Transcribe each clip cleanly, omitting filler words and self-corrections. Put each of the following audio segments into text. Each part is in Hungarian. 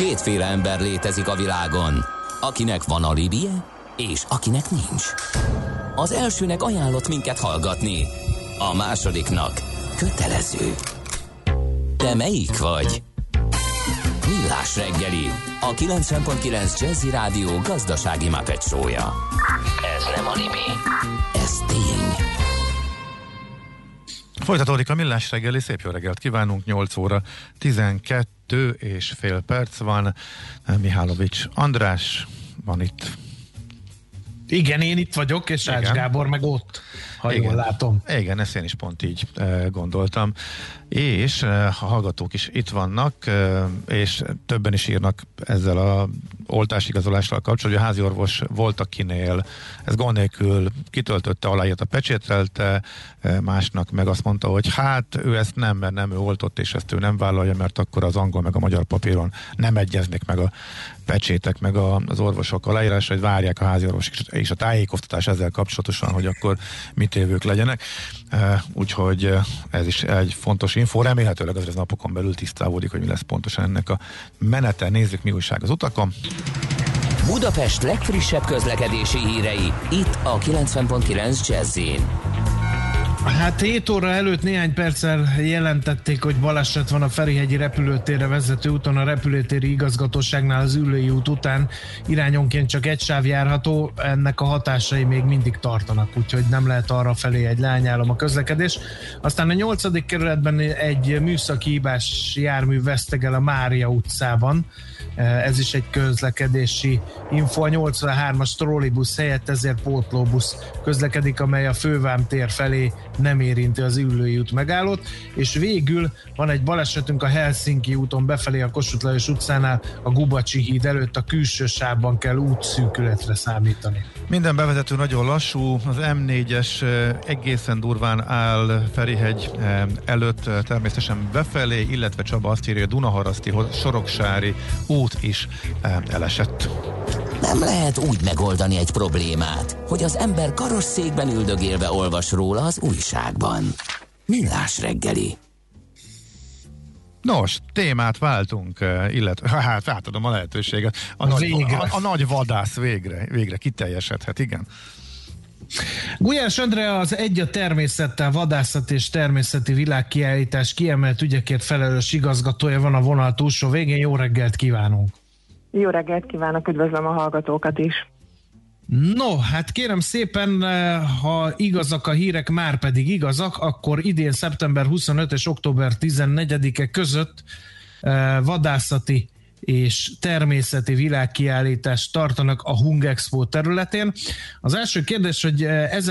Kétféle ember létezik a világon, akinek van alibije, és akinek nincs. Az elsőnek ajánlott minket hallgatni, a másodiknak kötelező. Te melyik vagy? Millás reggeli, a 90.9 Jazzy Rádió gazdasági Muppet show-ja. Ez nem anime, ez tény. Folytatódik a Millás reggeli, szép jó reggelt kívánunk, 8 óra 12,5 van. Mihálovics András van itt. Igen, én itt vagyok, és Ács Gábor meg ott, ha jól látom. Igen, ezt én is pont így gondoltam. És a hallgatók is itt vannak, és többen is írnak ezzel a oltásigazolással kapcsolatban, hogy a háziorvos volt, akinél ez gond nélkül kitöltötte, aláírta, pecsételte, másnak meg azt mondta, hogy hát ő ezt nem, mert nem ő oltott, és ezt ő nem vállalja, mert akkor az angol meg a magyar papíron nem egyeznek meg a pecsétek, meg az orvosok aláírása, hogy várják a háziorvos és a tájékoztatás ezzel kapcsolatosan, hogy akkor mit évők legyenek. Úgyhogy ez is egy fontos info. Remélhetőleg azért napokon belül tisztálódik, hogy mi lesz pontosan ennek a menete. Nézzük, mi újság az utakon. Budapest legfrissebb közlekedési hírei, itt a 90.9 Jazz-in. Hát 7 óra előtt néhány perccel jelentették, hogy baleset van a Ferihegyi repülőtérre vezető úton, a repülőtéri igazgatóságnál az Üllői út után irányonként csak egy sáv járható, ennek a hatásai még mindig tartanak, úgyhogy nem lehet arra felé egy leányálom a közlekedés. Aztán a 8. kerületben egy műszaki hibás jármű vesztegel a Mária utcában, ez is egy közlekedési info, a 83-as trollibusz helyett ezért pótlóbusz közlekedik, amely a Fővám tér felé nem érinti az Üllői út megállót, és végül van egy balesetünk a Helsinki úton befelé a Kossuth Lajos utcánál, a Gubacsi híd előtt a külső sávban kell útszűkületre számítani. Minden bevezető nagyon lassú, az M4-es egészen durván áll Ferihegy előtt, természetesen befelé, illetve Csaba azt írja, Dunaharaszti, Soroksári út is elesett. Nem lehet úgy megoldani egy problémát, hogy az ember karosszékben üldögélve olvas róla az újságban. Millás reggeli. Nos, témát váltunk, illetve hát átadom a lehetőséget. A nagy vadász végre kiteljesedhet, igen. Gulyás Endre az Egy a természettel vadászat és természeti világkiállítás kiemelt ügyekért felelős igazgatója van a vonal túlsó végén. Jó reggelt kívánunk! Jó reggelt kívánok, üdvözlöm a hallgatókat is! No, hát kérem szépen, ha igazak a hírek, már pedig igazak, akkor idén szeptember 25 és október 14-e között vadászati és természeti világkiállítást tartanak a Hungexpo területén. Az első kérdés, hogy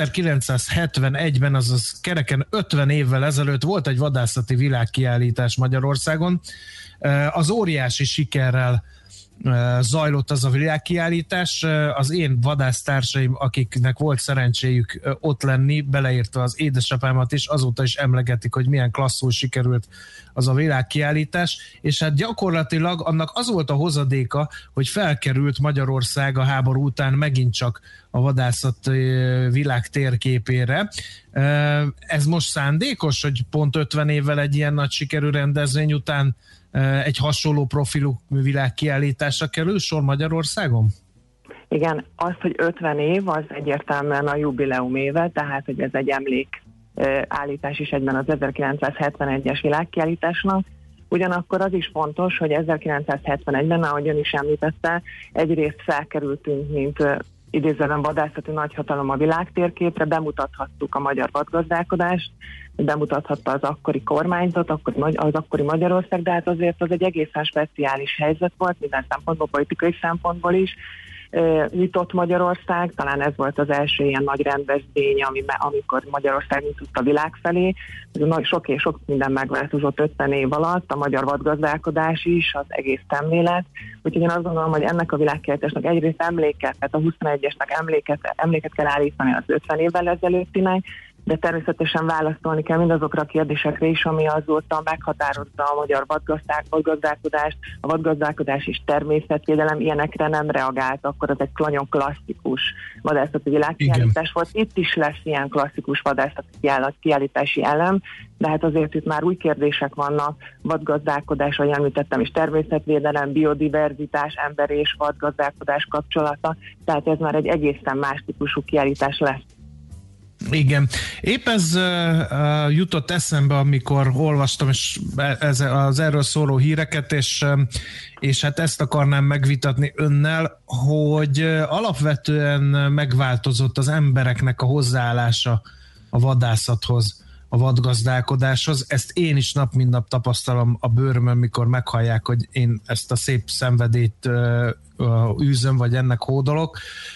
1971-ben, azaz kereken 50 évvel ezelőtt volt egy vadászati világkiállítás Magyarországon. Az óriási sikerrel zajlott az a világkiállítás. Az én vadásztársaim, akiknek volt szerencséjük ott lenni, beleértve az édesapámat is, azóta is emlegetik, hogy milyen klasszul sikerült az a világkiállítás, és hát gyakorlatilag annak az volt a hozadéka, hogy felkerült Magyarország a háború után megint csak a vadászat világ térképére. Ez most szándékos, hogy pont 50 évvel egy ilyen nagy sikerű rendezvény után egy hasonló profilú világkiállításra kerül sor Magyarországon? Igen, az, hogy 50 év, az egyértelműen a jubileum éve, tehát hogy ez egy emlékállítás is egyben az 1971-es világkiállításnak. Ugyanakkor az is fontos, hogy 1971-ben, ahogy ön is említette, egyrészt felkerültünk, mint idézően vadászati nagyhatalom a világtérképre, bemutathattuk a magyar vadgazdálkodást, bemutathatta az akkori kormányzat, az akkori Magyarország, de hát azért az egy egészen speciális helyzet volt, minden szempontból, politikai szempontból is. Nyitott Magyarország, talán ez volt az első ilyen nagy rendezvény, amikor Magyarország nyitott a világ felé. Sok minden megváltozott 50 év alatt, a magyar vadgazdálkodás is, az egész szemlélet. Úgyhogy én azt gondolom, hogy ennek a világkiállításnak egyrészt emléket, tehát a 21-esnek emléket kell állítani az 50 évvel ezelőttinek, de természetesen válaszolni kell mindazokra a kérdésekre is, ami azóta meghatározza a magyar vadgazdálkodást, a vadgazdálkodás és természetvédelem ilyenekre nem reagált, akkor az egy nagyon klasszikus vadászati világkiállítás volt. Itt is lesz ilyen klasszikus vadászati kiállítási elem, de hát azért itt már új kérdések vannak, vadgazdálkodás, ahogy említettem, és természetvédelem, biodiverzitás, ember és vadgazdálkodás kapcsolata, tehát ez már egy egészen más típusú kiállítás lesz. Igen. Épp ez jutott eszembe, amikor olvastam az erről szóló híreket, és hát ezt akarnám megvitatni önnel, hogy alapvetően megváltozott az embereknek a hozzáállása a vadászathoz, a vadgazdálkodáshoz. Ezt én is nap mint nap tapasztalom a bőrömön, mikor meghallják, hogy én ezt a szép szenvedélyt űzöm, vagy ennek hódolok,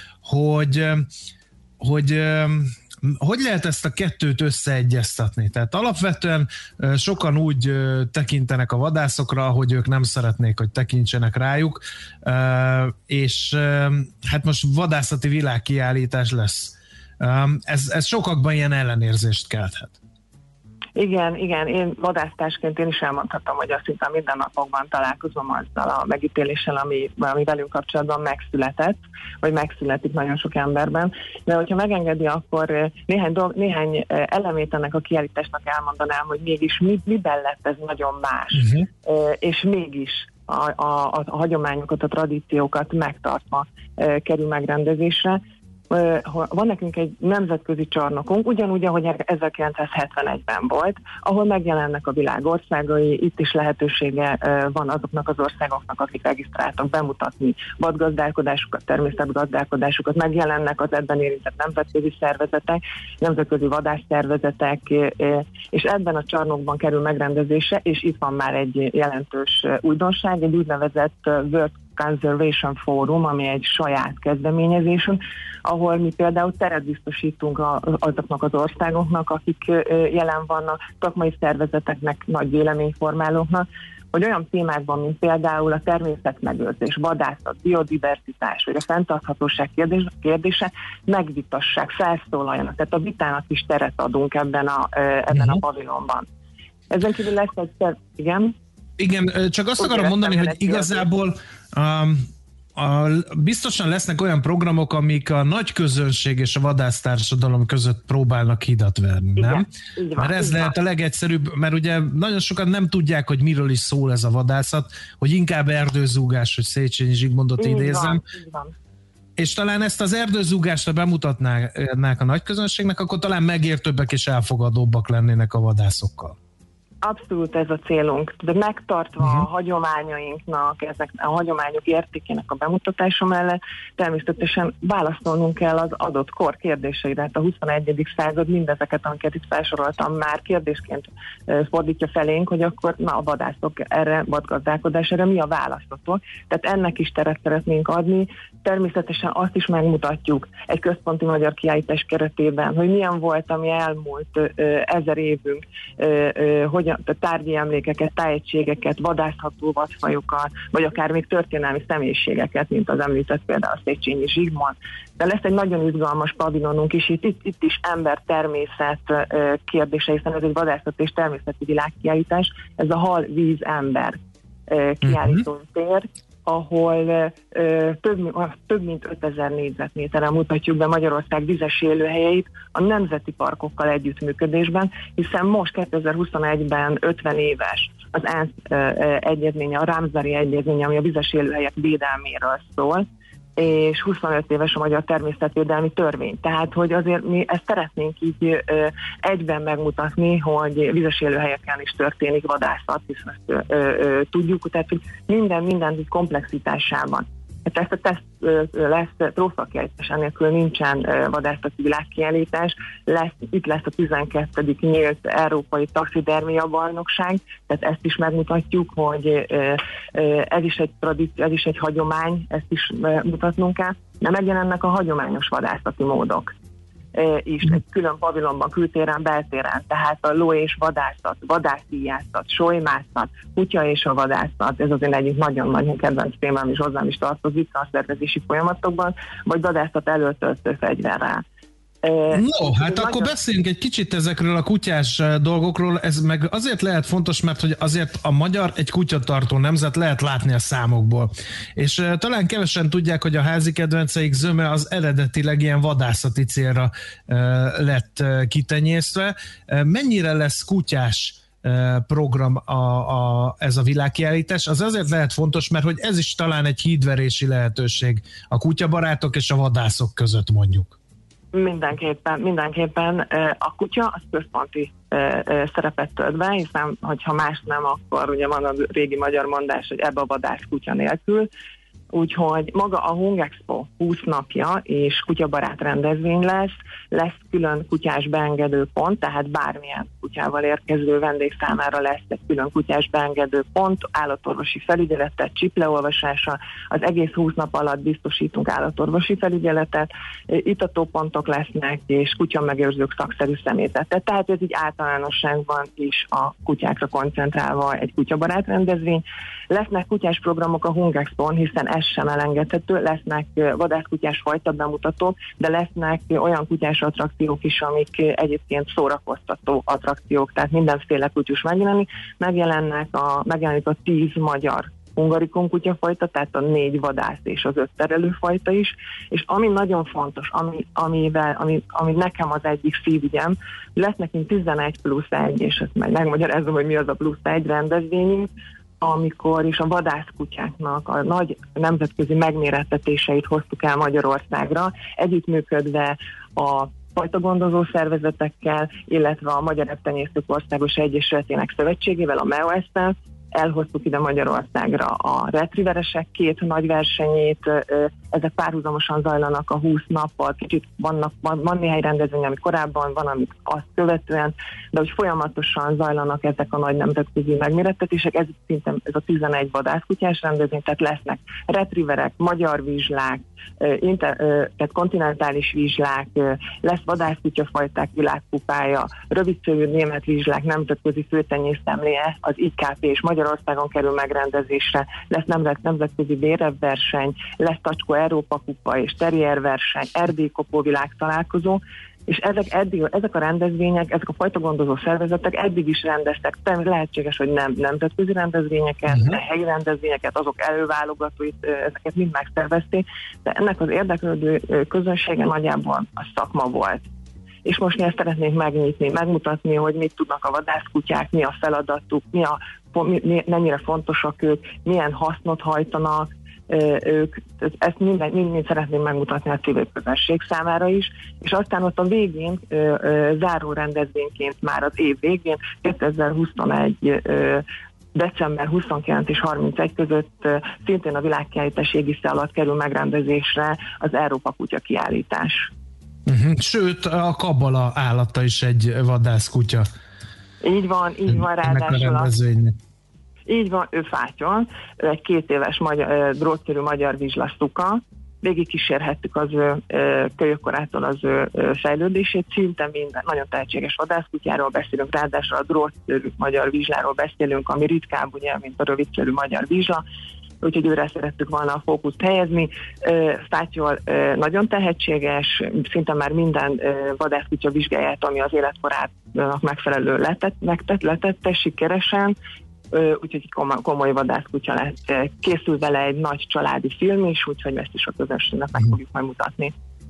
hogy lehet ezt a kettőt összeegyeztetni? Tehát alapvetően sokan úgy tekintenek a vadászokra, hogy ők nem szeretnék, hogy tekintsenek rájuk, és hát most vadászati világkiállítás lesz. Ez sokakban ilyen ellenérzést kelthet. Igen, én vadásztásként én is elmondhatom, hogy azt hiszem minden napokban találkozom azzal a megítéléssel, ami velünk kapcsolatban megszületett, vagy megszületik nagyon sok emberben. De hogyha megengedi, akkor néhány elemét ennek a kiállításnak elmondanám, hogy mégis miben lett ez nagyon más. És mégis a hagyományokat, a tradíciókat megtartva kerül megrendezésre. Van nekünk egy nemzetközi csarnokunk, ugyanúgy, ahogy 1971-ben volt, ahol megjelennek a világ országai, itt is lehetősége van azoknak az országoknak, akik regisztráltak bemutatni vadgazdálkodásukat, természetgazdálkodásukat, megjelennek az ebben érintett nemzetközi szervezetek, nemzetközi vadászszervezetek, és ebben a csarnokban kerül megrendezésre, és itt van már egy jelentős újdonság, egy úgynevezett World Conservation Forum, ami egy saját kezdeményezésünk, ahol mi például teret biztosítunk azoknak az országoknak, akik jelen vannak, szakmai szervezeteknek, nagy véleményformálóknak, hogy olyan témákban, mint például a természetmegőrzés, vadászat, biodiverzitás, vagy a fenntarthatóság kérdése megvitassák, felszólaljanak. Tehát a vitának is teret adunk ebben a pavilonban. Ezen kívül lesz egy igen? Igen, csak azt akarom mondani, hogy igazából biztosan lesznek olyan programok, amik a nagy közönség és a vadásztársadalom között próbálnak hidat verni, nem? Igen, mert ez lehet a legegyszerűbb, mert ugye nagyon sokan nem tudják, hogy miről is szól ez a vadászat, hogy inkább erdőzúgás, hogy Széchenyi Zsigmondot idézem. Van. És talán ezt az erdőzúgásra bemutatnák a nagy közönségnek, akkor talán megértőbbek és elfogadóbbak lennének a vadászokkal. Abszolút ez a célunk, de megtartva a hagyományainknak, ezek a hagyományok értékének a bemutatása mellett természetesen válaszolnunk kell az adott kor kérdéseire. Hát a 21. század mindezeket, amiket itt felsoroltam, már kérdésként fordítja felénk, hogy akkor a vadászok erre, vadgazdálkodás erre mi a választotok. Tehát ennek is teret szeretnénk adni. Természetesen azt is megmutatjuk egy központi magyar kiállítás keretében, hogy milyen volt, ami elmúlt 1000 évünk, hogyan tárgyi emlékeket, tájegységeket, vadászható vadfajokat, vagy akár még történelmi személyiségeket, mint az említett például Széchenyi Zsigmond. De lesz egy nagyon izgalmas pavilonunk is, itt is ember-természet kérdése, hiszen ez egy vadászat és természeti világkiállítás, ez a hal, víz, ember kiállító tér, ahol több mint 5000 négyzetméteren mutatjuk be Magyarország vizes élőhelyeit a nemzeti parkokkal együttműködésben, hiszen most 2021-ben 50 éves az ENSZ egyezménye, a Ramsari egyezménye, ami a vizes élőhelyek védelméről szól, és 25 éves a magyar természetvédelmi törvény. Tehát, hogy azért mi ezt szeretnénk így egyben megmutatni, hogy vizes élőhelyeken is történik vadászat, hiszen ezt tudjuk, tehát hogy minden komplexitásában. Hát ezt a teszt lesz trófakiállítás, enélkül nincsen vadászati világkiállítás, itt lesz a 12. nyílt európai taxidermia bajnokság, tehát ezt is megmutatjuk, hogy ez is egy tradíció, ez is egy hagyomány, ezt is mutatnunk kell, de megjelennek a hagyományos vadászati módok is egy külön pavilonban, kültéren, beltéren, tehát a ló és vadászat, vadászíjászat, solymászat, kutya és a vadászat, ez azért egyik nagyon-nagyon kedvenc témám, és hozzám is tartozik a szervezési folyamatokban, vagy vadászat előtöltő fegyverrel. No, hát akkor beszéljünk egy kicsit ezekről a kutyás dolgokról. Ez meg azért lehet fontos, mert hogy azért a magyar egy kutyatartó nemzet, lehet látni a számokból. És talán kevesen tudják, hogy a házi kedvenceik zöme az eredetileg ilyen vadászati célra lett kitenyésztve. Mennyire lesz kutyás program ez a világkiállítás? Az azért lehet fontos, mert hogy ez is talán egy hídverési lehetőség a kutyabarátok és a vadászok között, mondjuk. Mindenképpen a kutya az központi szerepet tölt be, hiszen hogyha más nem, akkor ugye van a régi magyar mondás, hogy ebbe a vadász kutya nélkül. Úgyhogy maga a Hungexpo 20 napja és kutyabarát rendezvény lesz külön kutyás beengedő pont, tehát bármilyen kutyával érkező vendég számára lesz egy külön kutyás beengedő pont, állatorvosi felügyeletet, csipleolvasása, az egész 20 nap alatt biztosítunk állatorvosi felügyeletet, ittatópontok lesznek, és kutyamegőrzők szakszerű személyzetet. Tehát ez így általánosságban is a kutyákra koncentrálva egy kutyabarát rendezvény. Lesznek kutyás programok a Hungexpon, hiszen ez sem elengedhető, lesznek vadászkutyás fajta bemutatók, de lesznek olyan kutyás attrakciók is, amik egyébként szórakoztató attrakciók, tehát mindenféle kutyus megjelenik a 10 magyar hungarikum kutyafajta, tehát a 4 vadász és az 5 terelőfajta is, és ami nagyon fontos, ami nekem az egyik szívügyem, lesz nekünk 11+1, és ezt majd megmagyarázom, hogy mi az a +1 rendezvényünk, amikor is a vadászkutyáknak a nagy nemzetközi megmérettetéseit hoztuk el Magyarországra, együttműködve a fajtagondozó szervezetekkel, illetve a Magyar Ebbtenyésztők Országos Egyesületének Szövetségével, a MEOS-tel, elhoztuk ide Magyarországra a retrieveresek 2 nagy versenyét, ezek párhuzamosan zajlanak a 20 nappal, kicsit van néhány rendezvény, ami korábban van, amit azt követően, de hogy folyamatosan zajlanak ezek a nagy nemzetközi megmérettetések, ez a 11 vadászkutyás rendezvény, tehát lesznek retrieverek, magyar vizslák, tehát kontinentális vizslák, lesz vadászkutyafajták világkupája, rövidszőrű német vizslák, nemzetközi főtenyésztemléje, az IKP és Magyarországon kerül megrendezésre, lesz nemzetközi vérevverseny, lesz Tacskó Európa kupa és terrier verseny, Erdélykopó világtalálkozó, és ezek a rendezvények, ezek a fajtagondozó szervezetek eddig is rendeztek, lehetséges, hogy nem nemzetközi rendezvényeket, de helyi rendezvényeket, azok előválogatóit, ezeket mind megszervezték, de ennek az érdeklődő közönsége nagyjából a szakma volt. És most mi ezt szeretnénk megnyitni, megmutatni, hogy mit tudnak a vadászkutyák, mi a feladatuk, mennyire fontosak ők, milyen hasznot hajtanak, ők, ezt mind szeretném megmutatni a civil közönség számára is, és aztán ott a végén, záró rendezvényként már az év végén, 2021 december 29 és 31 között szintén a világkiállítás égisze alatt kerül megrendezésre az Európa kutya kiállítás. Sőt, a Kabbala állata is egy vadászkutya. Így van, ráadásul. Így van, ő fátyol, ő egy 2 éves drótszerű magyar vizslaszuka, végig kísérhettük az ő kölyökkorától az ő fejlődését, szinte minden, nagyon tehetséges vadászkutyáról beszélünk, ráadásul a drótszerű magyar vizsláról beszélünk, ami ritkább, ugye, mint a rövidszerű magyar vizsla, úgyhogy őre szerettük volna a fókuszt helyezni. Fátyol nagyon tehetséges, szinte már minden vadászkutya vizsgáját, ami az életkorának megfelelő letette sikeresen, úgyhogy komoly vadászkutya lett. Készül vele egy nagy családi film is, úgyhogy ezt is a közönségnek meg fogjuk majd mutatni.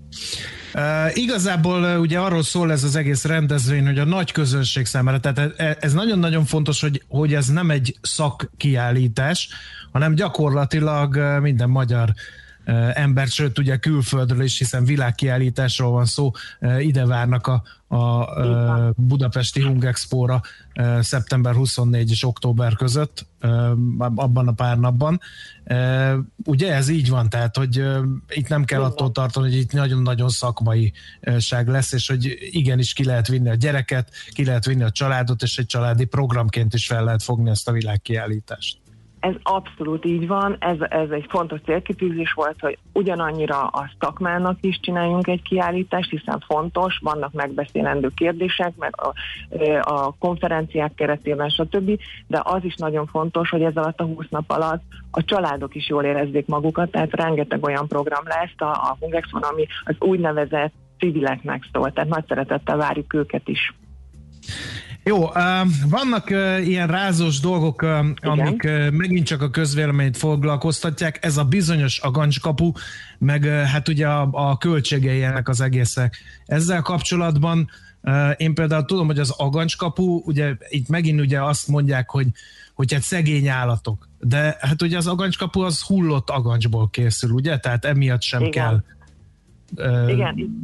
Igazából ugye arról szól ez az egész rendezvény, hogy a nagy közönség számára, tehát ez nagyon-nagyon fontos, hogy ez nem egy szakkiállítás, hanem gyakorlatilag minden magyar ember, sőt ugye külföldről is, hiszen világkiállításról van szó, ide várnak a budapesti Hungexpo-ra szeptember 24 és október között, abban a pár napban. Ugye ez így van, tehát hogy itt nem kell attól tartani, hogy itt nagyon-nagyon szakmaiság lesz, és hogy igenis ki lehet vinni a gyereket, ki lehet vinni a családot, és egy családi programként is fel lehet fogni ezt a világkiállítást. Ez abszolút így van, ez egy fontos célkitűzés volt, hogy ugyanannyira a szakmának is csináljunk egy kiállítást, hiszen fontos, vannak megbeszélendő kérdések, meg a konferenciák keretében, stb., de az is nagyon fontos, hogy ez alatt a 20 nap alatt a családok is jól érezzék magukat, tehát rengeteg olyan program lesz a Hungexpon, ami az úgynevezett civileknek szól, tehát nagy szeretettel várjuk őket is. Jó, vannak ilyen rázós dolgok, amik megint csak a közvéleményt foglalkoztatják, ez a bizonyos agancskapu, meg hát ugye a költségei ennek az egészek. Ezzel kapcsolatban én például tudom, hogy az agancskapu, ugye itt megint ugye azt mondják, hogy hát szegény állatok, de hát ugye az agancskapu az hullott agancsból készül, ugye? Tehát emiatt sem kell. Igen.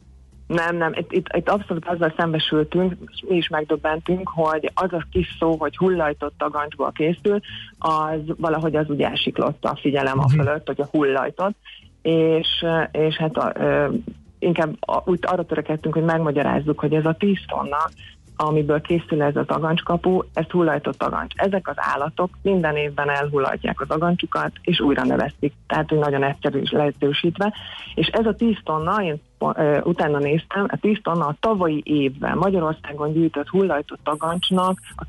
Nem, itt abszolút azzal szembesültünk, mi is megdöbbentünk, hogy az a kis szó, hogy hullajtott agancsból készül, az valahogy az úgy elsiklott a figyelem a fölött, hogy a hullajtott, és hát inkább úgy arra törekedtünk, hogy megmagyarázzuk, hogy ez a 10 tonna, amiből készül ez az agancskapu, ez hullajtott agancs. Ezek az állatok minden évben elhullajtják az agancsukat, és újra növesztik. Tehát, hogy nagyon egyszerű és lehetősítve. És ez a 10 tonna, én utána néztem, a 10 tonna a tavalyi évben Magyarországon gyűjtött hullajtott agancsnak a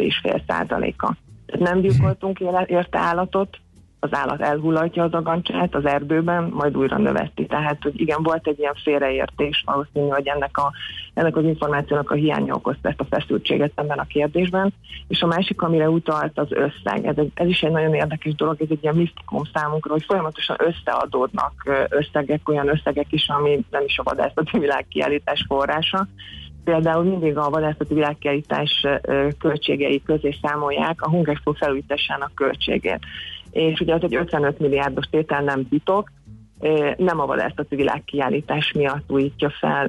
2,5%-a. Tehát nem gyilkoltunk érte állatot, az állat elhullajtja az agancsát az erdőben, majd újra növeszti. Tehát, hogy igen, volt egy ilyen félreértés, valószínű, hogy ennek az információnak a hiánya okozta ezt a feszültséget ebben a kérdésben. És a másik, amire utalt, az összeg. Ez is egy nagyon érdekes dolog, ez egy ilyen misztikum számunkra, hogy folyamatosan összeadódnak összegek, olyan összegek is, ami nem is a vadászati világkiállítás forrása. Például mindig a vadászati világkiállítás költségei közé számolják a Hungexpo felújításának költségét. És ugye az egy 55 milliárdos tétel, nem titok, nem a vadászati világkiállítás miatt újítja fel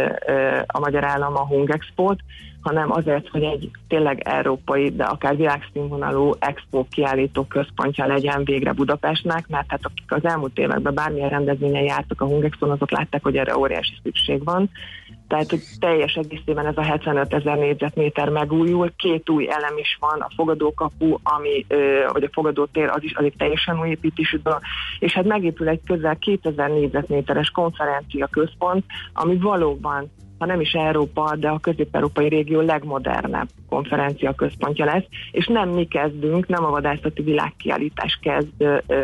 a magyar állam a Hungexpót, hanem azért, hogy egy tényleg európai, de akár világszínvonalú expo kiállító központja legyen végre Budapestnek, mert hát akik az elmúlt években bármilyen rendezvényen jártak a Hungexpon, azok látták, hogy erre óriási szükség van. Tehát, hogy teljes egészében ez a 75 000 négyzetméter megújul, 2 új elem is van, a fogadókapu, vagy a fogadótér, az egy teljesen új építésű dolog, és hát megépül egy közel 2000 négyzetméteres konferencia központ, ami valóban, ha nem is Európa, de a közép-európai régió legmodernebb konferencia központja lesz, és nem mi kezdünk, nem a vadászati világkiállítás kezd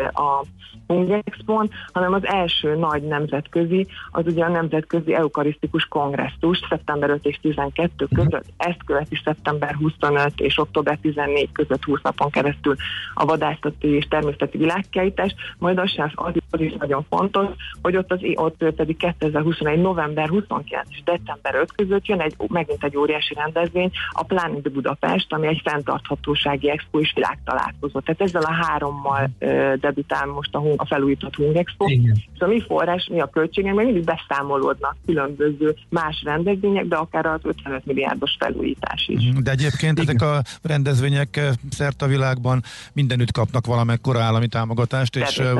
a Hungexpon, hanem az első nagy nemzetközi, az ugye a Nemzetközi Eukarisztikus Kongresszus szeptember 5 és 12 között, ezt követi szeptember 25 és október 14 között 20 napon keresztül a vadászati és természeti világkiállítás, majd az is nagyon fontos, hogy ott pedig 2021. november 29 és december 5 között jön megint egy óriási rendezvény, a Planet Budapest, ami egy fenntarthatósági expo és világtalálkozó. Tehát ezzel a 3-mal debütál most a felújított Hungexpo. És a mi forrás, mi a költségek, mert mindig beszámolódnak különböző más rendezvények, de akár az 55 milliárdos felújítás is. De egyébként ezek a rendezvények szerte a világban mindenütt kapnak valamekkora állami támogatást,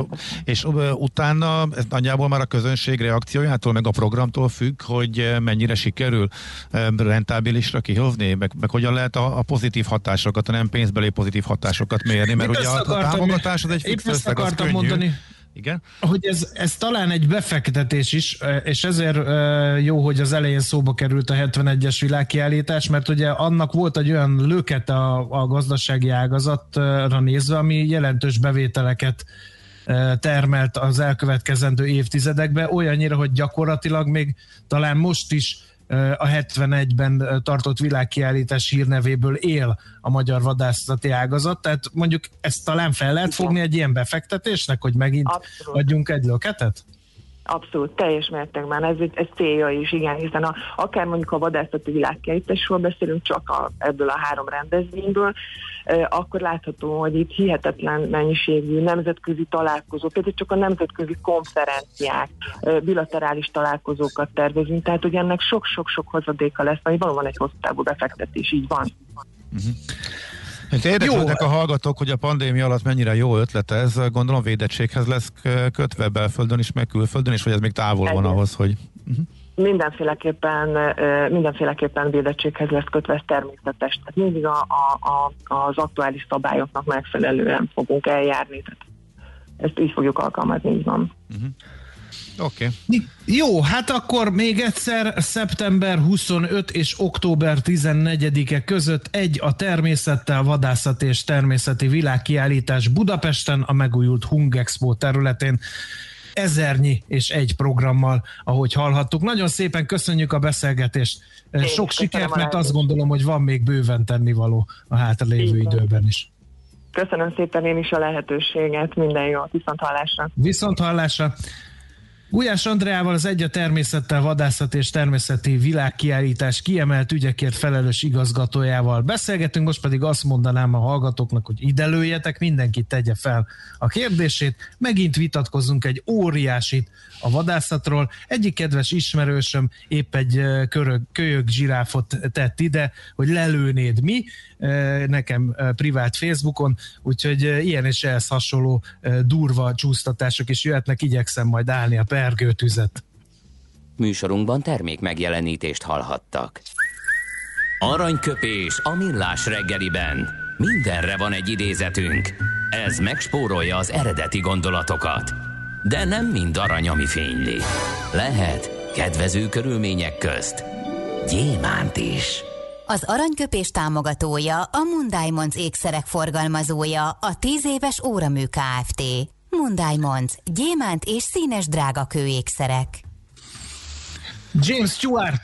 és utána ez nagyjából már a közönség reakciójától, meg a programtól függ, hogy mennyire sikerül rentábilisra kihozni, meg hogyan lehet a pozitív hatásokat, a nem pénzbeli pozitív hatásokat mérni, mert ugye a támogatás az egy fix összeg, az könnyű. Mondani. Igen? Hogy ez talán egy befektetés is, és ezért jó, hogy az elején szóba került a 71-es világkiállítás, mert ugye annak volt egy olyan lökete a gazdasági ágazatra nézve, ami jelentős bevételeket termelt az elkövetkezendő évtizedekben, olyannyira, hogy gyakorlatilag még talán most is a 71-ben tartott világkiállítás hírnevéből él a magyar vadászati ágazat, tehát mondjuk ezt talán fel lehet fogni egy ilyen befektetésnek, hogy megint adjunk egy löketet? Abszolút, teljes mértékben, ez célja is, igen, hiszen akár mondjuk a vadászati világkiállításról beszélünk csak ebből a 3 rendezvényből, akkor látható, hogy itt hihetetlen mennyiségű nemzetközi találkozók, például csak a nemzetközi konferenciák, bilaterális találkozókat tervezünk, tehát hogy ennek sok-sok-sok hozadéka lesz, vagy valóban egy hosszú távú befektetés, így van. Érdeklődnek a hallgatók, hogy a pandémia alatt mennyire jó ötlet ez, gondolom védettséghez lesz kötve belföldön is, meg külföldön is, vagy ez még távol van ahhoz, hogy... Mindenféleképpen védettséghez lesz kötve, ez természetes. Tehát mindig az aktuális szabályoknak megfelelően fogunk eljárni. Tehát ezt így fogjuk alkalmazni, így van. Oké. Jó, hát akkor még egyszer szeptember 25 és október 14-e között a természettel, vadászat és természeti világkiállítás Budapesten, a megújult Hungexpo területén. 1000 és egy programmal, ahogy hallhattuk. Nagyon szépen köszönjük a beszélgetést. Sok sikert, mert azt gondolom, hogy van még bőven tennivaló a hátralévő időben is. Köszönöm szépen én is a lehetőséget, minden jót, viszonthallásra. Viszonthallásra. Gulyás Andreával, az Egy a természettel vadászat és természeti világkiállítás kiemelt ügyekért felelős igazgatójával beszélgetünk, most pedig azt mondanám a hallgatóknak, hogy ide lőjetek, mindenki tegye fel a kérdését, megint vitatkozzunk egy óriásit a vadászatról. Egyik kedves ismerősöm épp egy kölyök zsiráfot tett ide, hogy lelőnéd mi, nekem privát Facebookon, úgyhogy ilyen és ehhez hasonló durva csúsztatások is jöhetnek, igyekszem majd állni a pergőtüzet. Műsorunkban termék megjelenítést hallhattak. Aranyköpés a millás reggeliben. Mindenre van egy idézetünk. Ez megspórolja az eredeti gondolatokat. De nem mind arany, ami fényli. Lehet kedvező körülmények közt gyémánt is. Az aranyköpés támogatója a Mundiamonds ékszerek forgalmazója, a 10 éves Óramű Kft. Mundiamonds, gyémánt és színes drágakő ékszerek. James Stewart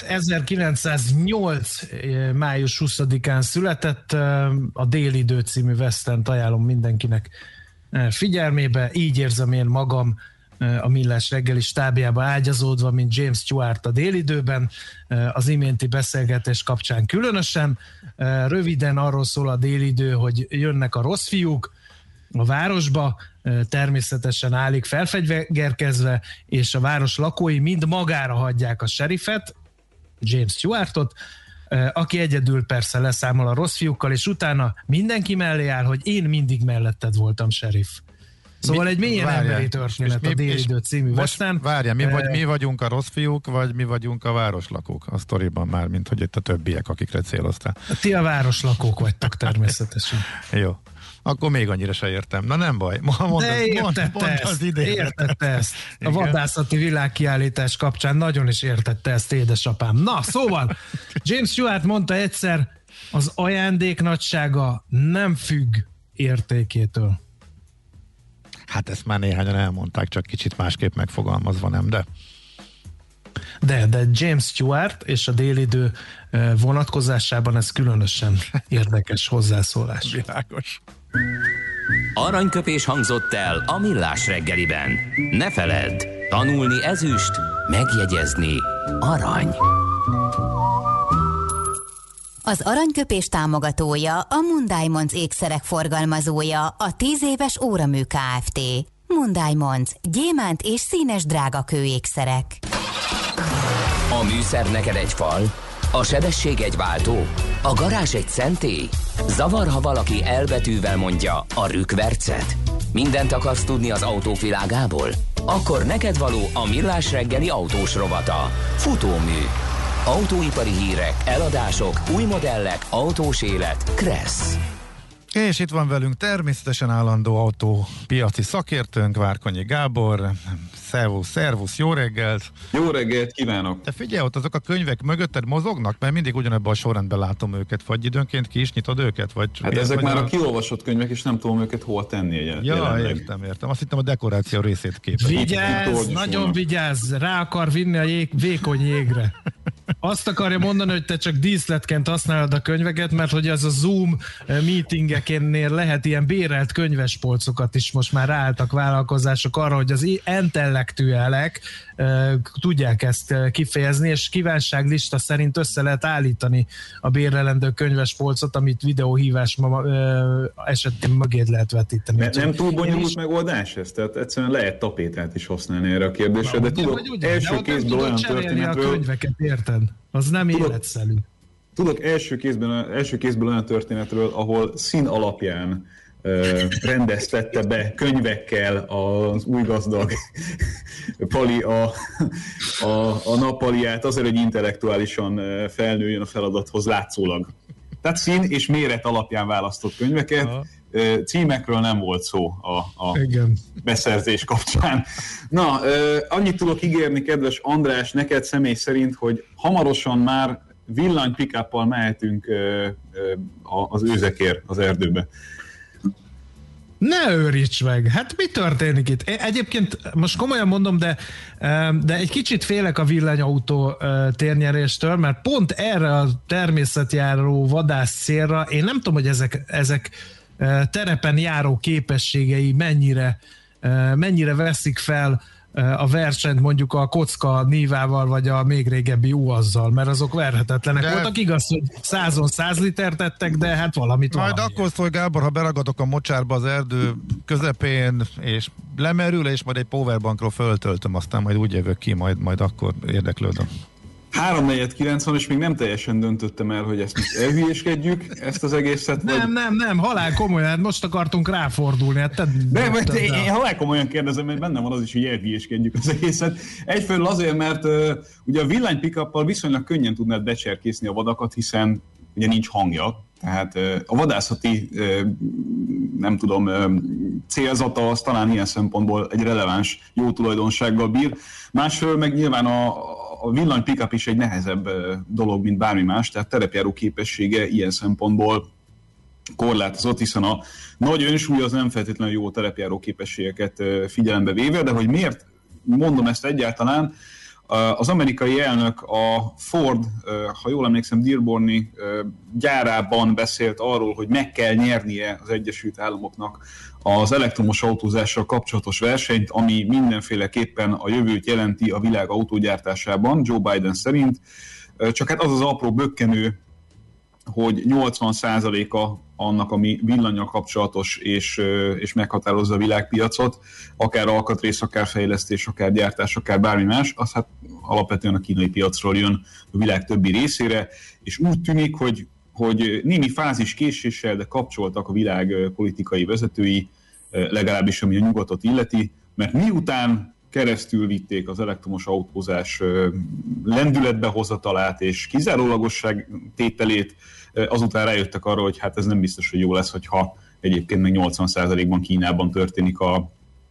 1908. május 20-án született, a Délidő című western ajánlom mindenkinek figyelmébe, így érzem én magam a Millás reggeli stábjába ágyazódva, mint James Stewart a Délidőben, az iménti beszélgetés kapcsán különösen. Röviden arról szól a Délidő, hogy jönnek a rossz fiúk a városba, természetesen állik felfegyverkezve, és a város lakói mind magára hagyják a serifet, James Stewartot, aki egyedül persze leszámol a rossz fiúkkal, és utána mindenki mellé áll, hogy én mindig melletted voltam, sheriff. Szóval egy mélyen emberi történet a Délidő című western. Várjál, mi vagyunk a rossz fiúk, vagy mi vagyunk a városlakók a sztoriban már, mint hogy itt a többiek, akikre céloztál. Ti a városlakók vagytok természetesen. Jó. Akkor még annyira se értem. Na nem baj. Mondd értette ezt. A vadászati világkiállítás kapcsán nagyon is értette ezt édesapám. Na, szóval James Stewart mondta egyszer, az ajándék nagysága nem függ értékétől. Hát ezt már néhányan elmondták, csak kicsit másképp megfogalmazva, nem? De James Stewart és a Délidő vonatkozásában ez különösen érdekes hozzászólás. Világos. Aranyköpés hangzott el a Millás reggeliben. Ne feledd, tanulni ezüst, megjegyezni arany. Az aranyköpés támogatója a Mundiamonds ékszerek forgalmazója, a 10 éves Óramű Kft. Mundiamonds, gyémánt és színes drágakő ékszerek. A műszer neked egy fal, a sebesség egy váltó, a garázs egy szentély. Zavar, ha valaki elbetűvel mondja a rükvercet. Mindent akarsz tudni az autóvilágából? Akkor neked való a Millás reggeli autós rovata. Futómű. Autóipari hírek, eladások, új modellek, autós élet. Kressz. És itt van velünk természetesen állandó autópiaci szakértőnk, Várkonyi Gábor. Szervusz, jó reggelt! Jó reggelt kívánok! Te figyelj, ott azok a könyvek mögötted mozognak? Mert mindig ugyanebben a sorrendben látom őket, vagy időnként ki is nyitod őket? Vagy hát ezek már a kiolvasott könyvek, és nem tudom őket hol tenni jelenleg. Értem. Azt hittem a dekoráció részét képezi. Vigyázz, nagyon vigyázz! Rá akar vinni a vékony jégre. Azt akarja mondani, hogy te csak díszletként használod a könyveket, mert hogy ez a Zoom meetingekénnél lehet ilyen bérelt könyvespolcokat is most már ráálltak vállalkozások arra, hogy az intellektuálek tudják ezt kifejezni, és kívánságlista szerint össze lehet állítani a bérelendő könyvespolcot, amit videóhívás esetén mögéd lehet vetíteni. Nem túl bonyolult megoldás ez? Tehát egyszerűen lehet tapétát is használni erre a kérdésre, de tudok első kézből olyan történetről... a könyveket, érted? Az nem életszerű. Tudok első kézből olyan történetről, ahol szín alapján rendeztette be könyvekkel az új gazdag Pali a nappaliát azért, hogy intellektuálisan felnőjön a feladathoz látszólag. Tehát szín és méret alapján választott könyveket, címekről nem volt szó a beszerzés kapcsán. Na, annyit tudok ígérni, kedves András, neked személy szerint, hogy hamarosan már villany pick-uppal mehetünk az őzekért az erdőbe. Ne őríts meg! Hát mi történik itt? Egyébként most komolyan mondom, de egy kicsit félek a villanyautó térnyeréstől, mert pont erre a természetjáró vadász célra én nem tudom, hogy ezek terepen járó képességei mennyire veszik fel a versenyt mondjuk a kocka nívával, vagy a még régebbi UAZ-zal, mert azok verhetetlenek voltak. Igaz, hogy 100-on 100 liter tettek, de hát valamit majd akkor szól, Gábor, ha beragadok a mocsárba az erdő közepén, és lemerül, és majd egy powerbankról föltöltöm, aztán majd úgy jövök ki, majd akkor érdeklődöm. 3:49 és még nem teljesen döntöttem el, hogy ezt most elhülyéskedjük, ezt az egészet. Nem, halál komolyan, most akartunk ráfordulni. Hát én halál komolyan kérdezem, mert benne van az is, hogy elhülyéskedjük az egészet. Egyfelől azért, mert ugye a villany pick-uppal viszonylag könnyen tudnád becserkészni a vadakat, hiszen ugye nincs hangja. Tehát a vadászati, nem tudom, célzata az talán ilyen szempontból egy releváns jó tulajdonsággal bír. Másfelől meg nyilván a villany pick-up is egy nehezebb dolog, mint bármi más, tehát terepjáró képessége ilyen szempontból korlátozott, hiszen a nagy önsúly az nem feltétlenül jó terepjáró képességeket figyelembe véve, de hogy miért mondom ezt egyáltalán, az amerikai elnök a Ford, ha jól emlékszem, Dearborn-i gyárában beszélt arról, hogy meg kell nyernie az Egyesült Államoknak az elektromos autózással kapcsolatos versenyt, ami mindenféleképpen a jövőt jelenti a világ autógyártásában, Joe Biden szerint. Csak hát az az apró bökkenő, hogy 80%-a annak, ami villannyal kapcsolatos és meghatározza a világpiacot, akár alkatrész, akár fejlesztés, akár gyártás, akár bármi más, az hát alapvetően a kínai piacról jön a világ többi részére, és úgy tűnik, hogy némi fázis késéssel, de kapcsoltak a világ politikai vezetői, legalábbis ami a nyugatot illeti, mert miután keresztül vitték az elektromos autózás lendületbehozatalát és kizárólagosság tételét, azután rájöttek arra, hogy hát ez nem biztos, hogy jó lesz, hogyha egyébként meg 80%-ban Kínában történik a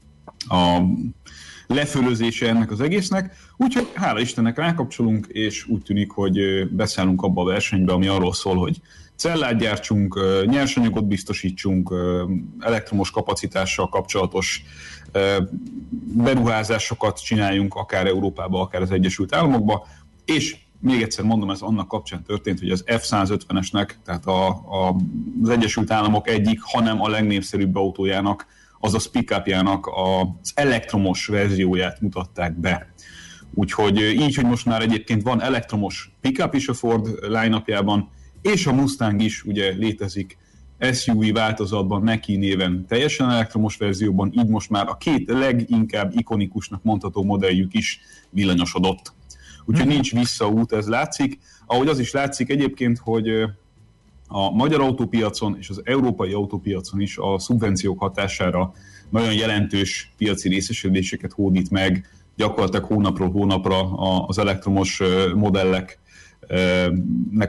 lefölözése ennek az egésznek. Úgyhogy hála Istennek rákapcsolunk, és úgy tűnik, hogy beszállunk abba a versenybe, ami arról szól, hogy cellát gyártsunk, nyersanyagot biztosítsunk, elektromos kapacitással kapcsolatos beruházásokat csináljunk, akár Európába, akár az Egyesült Államokba, és még egyszer mondom, ez annak kapcsán történt, hogy az F-150-esnek, tehát az Egyesült Államok egyik, hanem a legnépszerűbb autójának, azaz pick-upjának az elektromos verzióját mutatták be. Úgyhogy így, hogy most már egyébként van elektromos pick-up is a Ford line-upjában, és a Mustang is ugye létezik SUV változatban, Mach-E néven teljesen elektromos verzióban, így most már a két leginkább ikonikusnak mondható modelljük is villanyosodott. Úgyhogy nincs visszaút, ez látszik. Ahogy az is látszik egyébként, hogy a magyar autópiacon és az európai autópiacon is a szubvenciók hatására nagyon jelentős piaci részesedéseket hódít meg, gyakorlatilag hónapról hónapra az elektromos modelleknek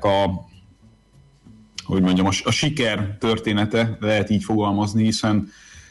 a siker története, lehet így fogalmazni, hiszen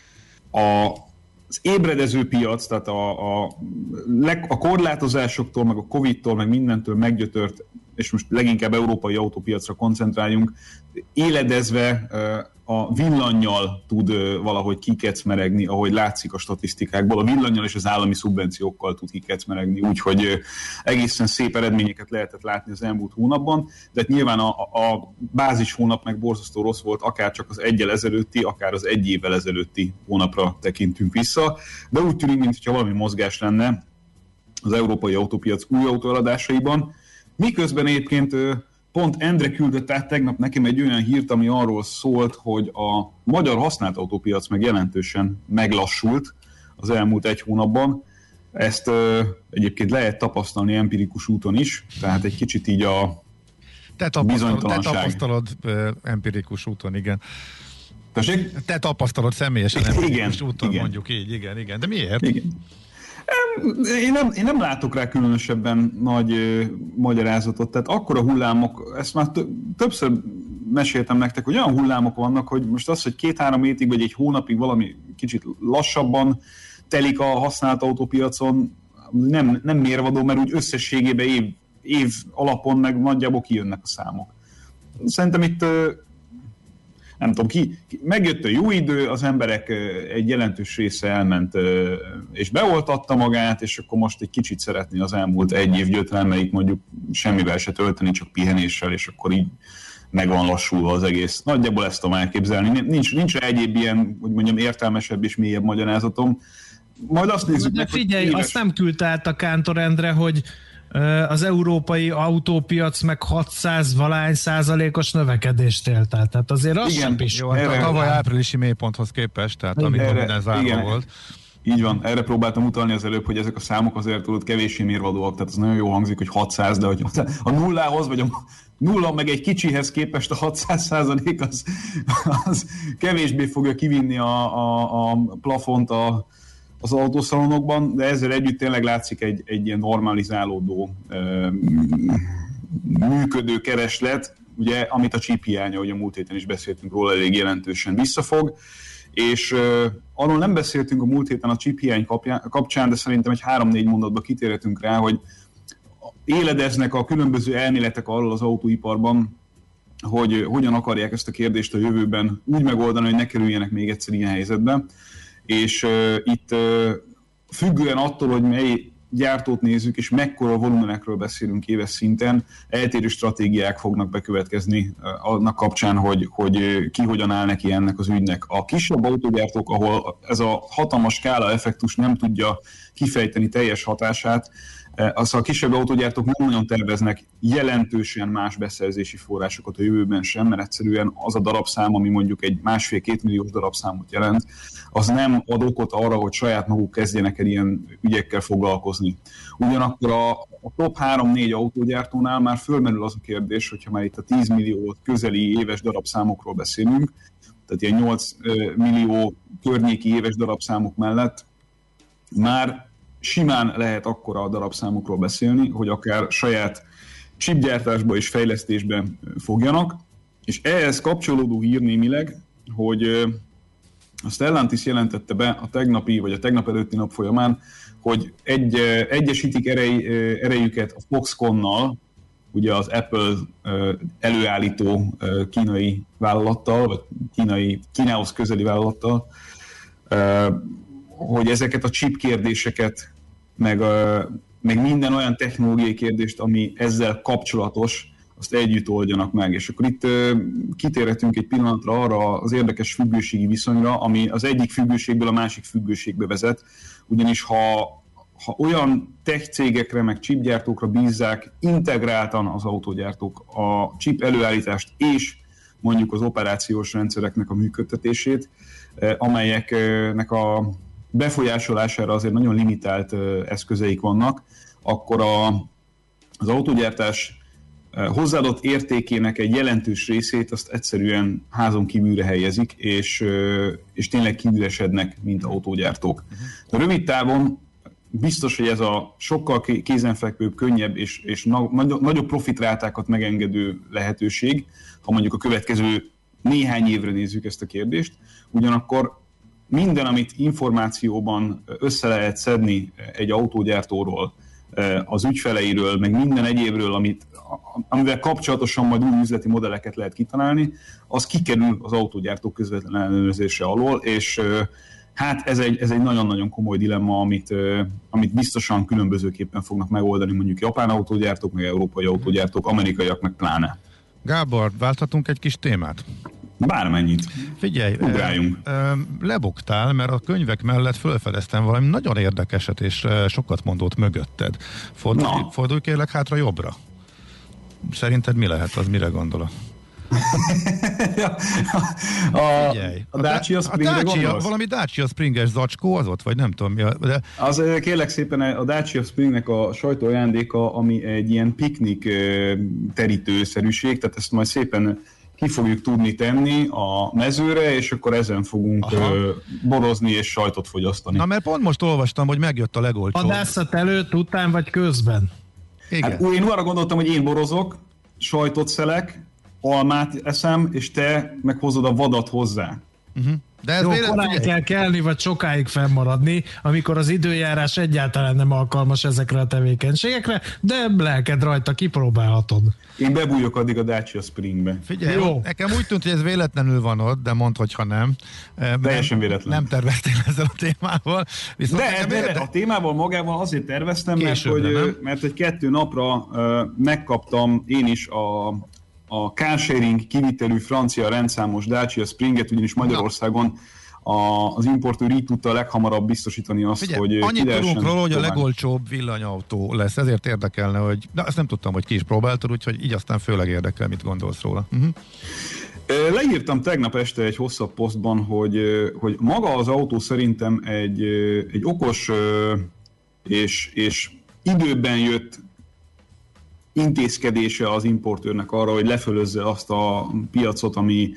az ébredező piac, tehát a korlátozásoktól, meg a Covid-tól, meg mindentől meggyötört, és most leginkább európai autópiacra koncentráljunk, éledezve a villannyal tud valahogy kikecmeregni, ahogy látszik a statisztikákból, a villannyal és az állami szubvenciókkal tud kikecmeregni, úgyhogy egészen szép eredményeket lehetett látni az elmúlt hónapban, de nyilván a bázis hónap meg borzasztó rossz volt, akár csak az egyel ezelőtti, akár az egy évvel ezelőtti hónapra tekintünk vissza, de úgy tűnik, mintha valami mozgás lenne az európai autópiac új autóeladásaiban, miközben egyébként pont Endre küldött át tegnap nekem egy olyan hírt, ami arról szólt, hogy a magyar használt autópiac meg jelentősen meglassult az elmúlt egy hónapban. Ezt egyébként lehet tapasztalni empirikus úton is, tehát egy kicsit így a bizonytalanság. Te tapasztalod empirikus úton, igen. Tessék? Te tapasztalod személyesen empirikus úton, igen. mondjuk így, igen. De miért? Igen. Én nem látok rá különösebben nagy magyarázatot, tehát akkora hullámok, ezt már többször meséltem nektek, hogy olyan hullámok vannak, hogy most az, hogy 2-3 hétig vagy egy hónapig valami kicsit lassabban telik a használt autópiacon, nem mérvadó, mert úgy összességében év alapon meg nagyjából kijönnek a számok. Szerintem itt nem tudom, megjött a jó idő, az emberek egy jelentős része elment és beoltatta magát, és akkor most egy kicsit szeretné az elmúlt egy év gyötrelmeit mondjuk semmivel se tölteni, csak pihenéssel, és akkor így meg van lassulva az egész. Nagyjából ezt tudom elképzelni. Nincs egyéb ilyen, hogy mondjam, értelmesebb és mélyebb magyarázatom. Majd azt nézzük de meg, figyelj, azt nem küldte át a Kántor Endre, hogy az európai autópiac meg 600% növekedést élt át. Tehát azért az sem is. Jó, a tavaly áprilisi mélyponthoz képest, tehát amikor minden zárva volt. Így van, erre próbáltam utalni az előbb, hogy ezek a számok azért tudod kevéssé mérvadóak, tehát az nagyon jó hangzik, hogy 600, de hogy a nullához, vagy a nulla meg egy kicsihez képest a 600% az kevésbé fogja kivinni a plafont az autószalonokban, de ezzel együtt tényleg látszik egy ilyen normalizálódó, működő kereslet, ugye, amit a chip hiánya, ahogy a múlt héten is beszéltünk róla, elég jelentősen visszafog, és arról nem beszéltünk a múlt héten a chip hiány kapcsán, de szerintem egy 3-4 mondatba kitérhetünk rá, hogy éledeznek a különböző elméletek arról az autóiparban, hogy hogyan akarják ezt a kérdést a jövőben úgy megoldani, hogy ne kerüljenek még egyszer ilyen helyzetbe. És itt függően attól, hogy mely gyártót nézzük, és mekkora volumenekről beszélünk éves szinten, eltérő stratégiák fognak bekövetkezni annak kapcsán, hogy ki hogyan áll neki ennek az ügynek. A kisebb autógyártók, ahol ez a hatalmas skála effektus nem tudja kifejteni teljes hatását, az a kisebb autógyártók nem nagyon terveznek jelentősen más beszerzési forrásokat a jövőben sem, mert egyszerűen az a darabszám, ami mondjuk egy 1,5-2 milliós darabszámot jelent, az nem ad okot arra, hogy saját maguk kezdjenek el ilyen ügyekkel foglalkozni. Ugyanakkor a top 3-4 autógyártónál már fölmerül az a kérdés, hogyha már itt a 10 millió közeli éves darabszámokról beszélünk, tehát ilyen 8 millió környéki éves darabszámok mellett már simán lehet akkora a darabszámokról beszélni, hogy akár saját chipgyártásba és fejlesztésbe fogjanak, és ehhez kapcsolódó hír némileg, hogy a Stellantis jelentette be a tegnapi vagy a tegnap előtti nap folyamán, hogy egyesítik erejüket a Foxconnnal, ugye az Apple előállító kínai vállalattal, vagy Kínához közeli vállalattal, hogy ezeket a chip kérdéseket, meg minden olyan technológiai kérdést, ami ezzel kapcsolatos, azt együtt oldjanak meg. És akkor itt kitérhetünk egy pillanatra arra az érdekes függőségi viszonyra, ami az egyik függőségből a másik függőségbe vezet, ugyanis ha olyan tech cégekre, meg chipgyártókra bízzák integráltan az autógyártók a chip előállítást és mondjuk az operációs rendszereknek a működtetését, amelyeknek a befolyásolására azért nagyon limitált eszközeik vannak, akkor az autógyártás hozzáadott értékének egy jelentős részét azt egyszerűen házon kívülre helyezik, és tényleg kívülesednek, mint autógyártók. De rövid távon biztos, hogy ez a sokkal kézenfekvőbb, könnyebb és nagyobb profitrátákat megengedő lehetőség, ha mondjuk a következő néhány évre nézzük ezt a kérdést, ugyanakkor minden, amit információban össze lehet szedni egy autógyártóról, az ügyfeleiről, meg minden egyébről, amivel kapcsolatosan majd új üzleti modelleket lehet kitalálni, az kikerül az autógyártók közvetlen ellenőrzése alól, és hát ez egy nagyon-nagyon komoly dilemma, amit biztosan különbözőképpen fognak megoldani mondjuk japán autógyártók, meg európai autógyártók, amerikaiak meg pláne. Gábor, válthatunk egy kis témát? Bármennyit. Figyelj, lebuktál, mert a könyvek mellett felfedeztem valami nagyon érdekeset, és sokat mondott mögötted. Fordulj kérlek hátra jobbra. Szerinted mi lehet az, mire gondolok? A Dacia Springre gondolsz? Valami Dacia Springes zacskó az ott, vagy nem tudom mi. De... Az kérlek szépen a Dacia Springnek a sajtóajándéka, ami egy ilyen piknik terítőszerűség, tehát ezt majd szépen ki fogjuk tudni tenni a mezőre, és akkor ezen fogunk borozni és sajtot fogyasztani. Na, mert pont most olvastam, hogy megjött a legolcsóbb. Vadászat előtt, után vagy közben? Igen. Hát, én arra gondoltam, hogy én borozok, sajtot szelek, almát eszem, és te meghozod a vadat hozzá. De ez jó, korán kell kelni, vagy sokáig fennmaradni, amikor az időjárás egyáltalán nem alkalmas ezekre a tevékenységekre, de lelked rajta, kipróbálhatod. Én bebújok addig a Dacia Springbe. Figyelj, jó. Nekem úgy tűnt, hogy ez véletlenül van ott, de mondd, hogyha nem. Teljesen véletlen. Nem terveztél ezzel a témával. De a témával magával azért terveztem, mert hogy 2 napra megkaptam én is a carsharing kivitelű francia rendszámos Dacia Springet, ugyanis Magyarországon az importőr így tudta leghamarabb biztosítani azt, figyelj, hogy annyit tudunk róla, hogy a legolcsóbb villanyautó lesz, ezért érdekelne, hogy de azt nem tudtam, hogy ki is próbáltad, úgyhogy így aztán főleg érdekel, mit gondolsz róla. Leírtam tegnap este egy hosszabb posztban, hogy maga az autó szerintem egy okos és időben jött intézkedése az importőrnek arra, hogy lefölözze azt a piacot, ami